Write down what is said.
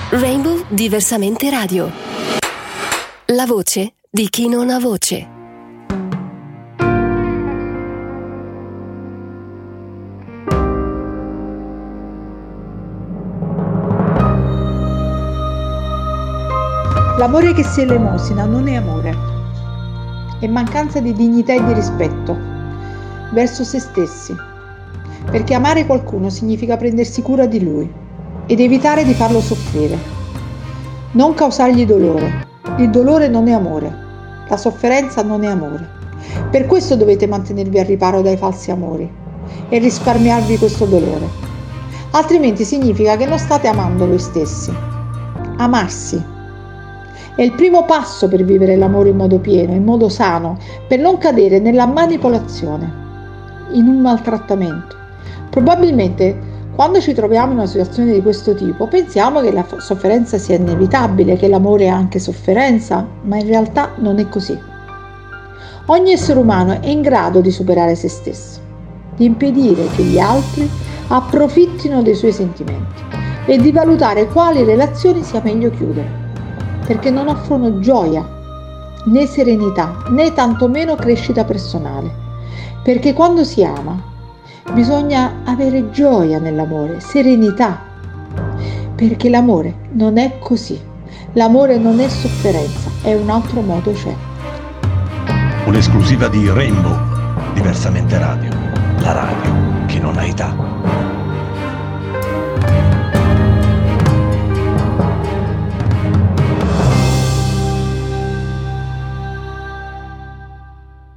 Rainbow Diversamente Radio. La voce di chi non ha voce. L'amore che si elemosina non è amore, è mancanza di dignità e di rispetto verso se stessi, perché amare qualcuno significa prendersi cura di lui ed evitare di farlo soffrire, non causargli dolore. Il dolore non è amore, la sofferenza non è amore. Per questo dovete mantenervi al riparo dai falsi amori e risparmiarvi questo dolore, altrimenti significa che non state amando voi stessi. Amarsi è il primo passo per vivere l'amore in modo pieno, in modo sano, per non cadere nella manipolazione, in un maltrattamento. Probabilmente quando ci troviamo in una situazione di questo tipo pensiamo che la sofferenza sia inevitabile, che l'amore è anche sofferenza, ma in realtà non è così. Ogni essere umano è in grado di superare se stesso, di impedire che gli altri approfittino dei suoi sentimenti e di valutare quali relazioni sia meglio chiudere, perché non offrono gioia, né serenità, né tantomeno crescita personale, perché quando si ama bisogna avere gioia nell'amore, serenità, perché l'amore non è così. L'amore non è sofferenza, è un altro modo c'è. Un'esclusiva di Rainbow Diversamente Radio, la radio che non ha età.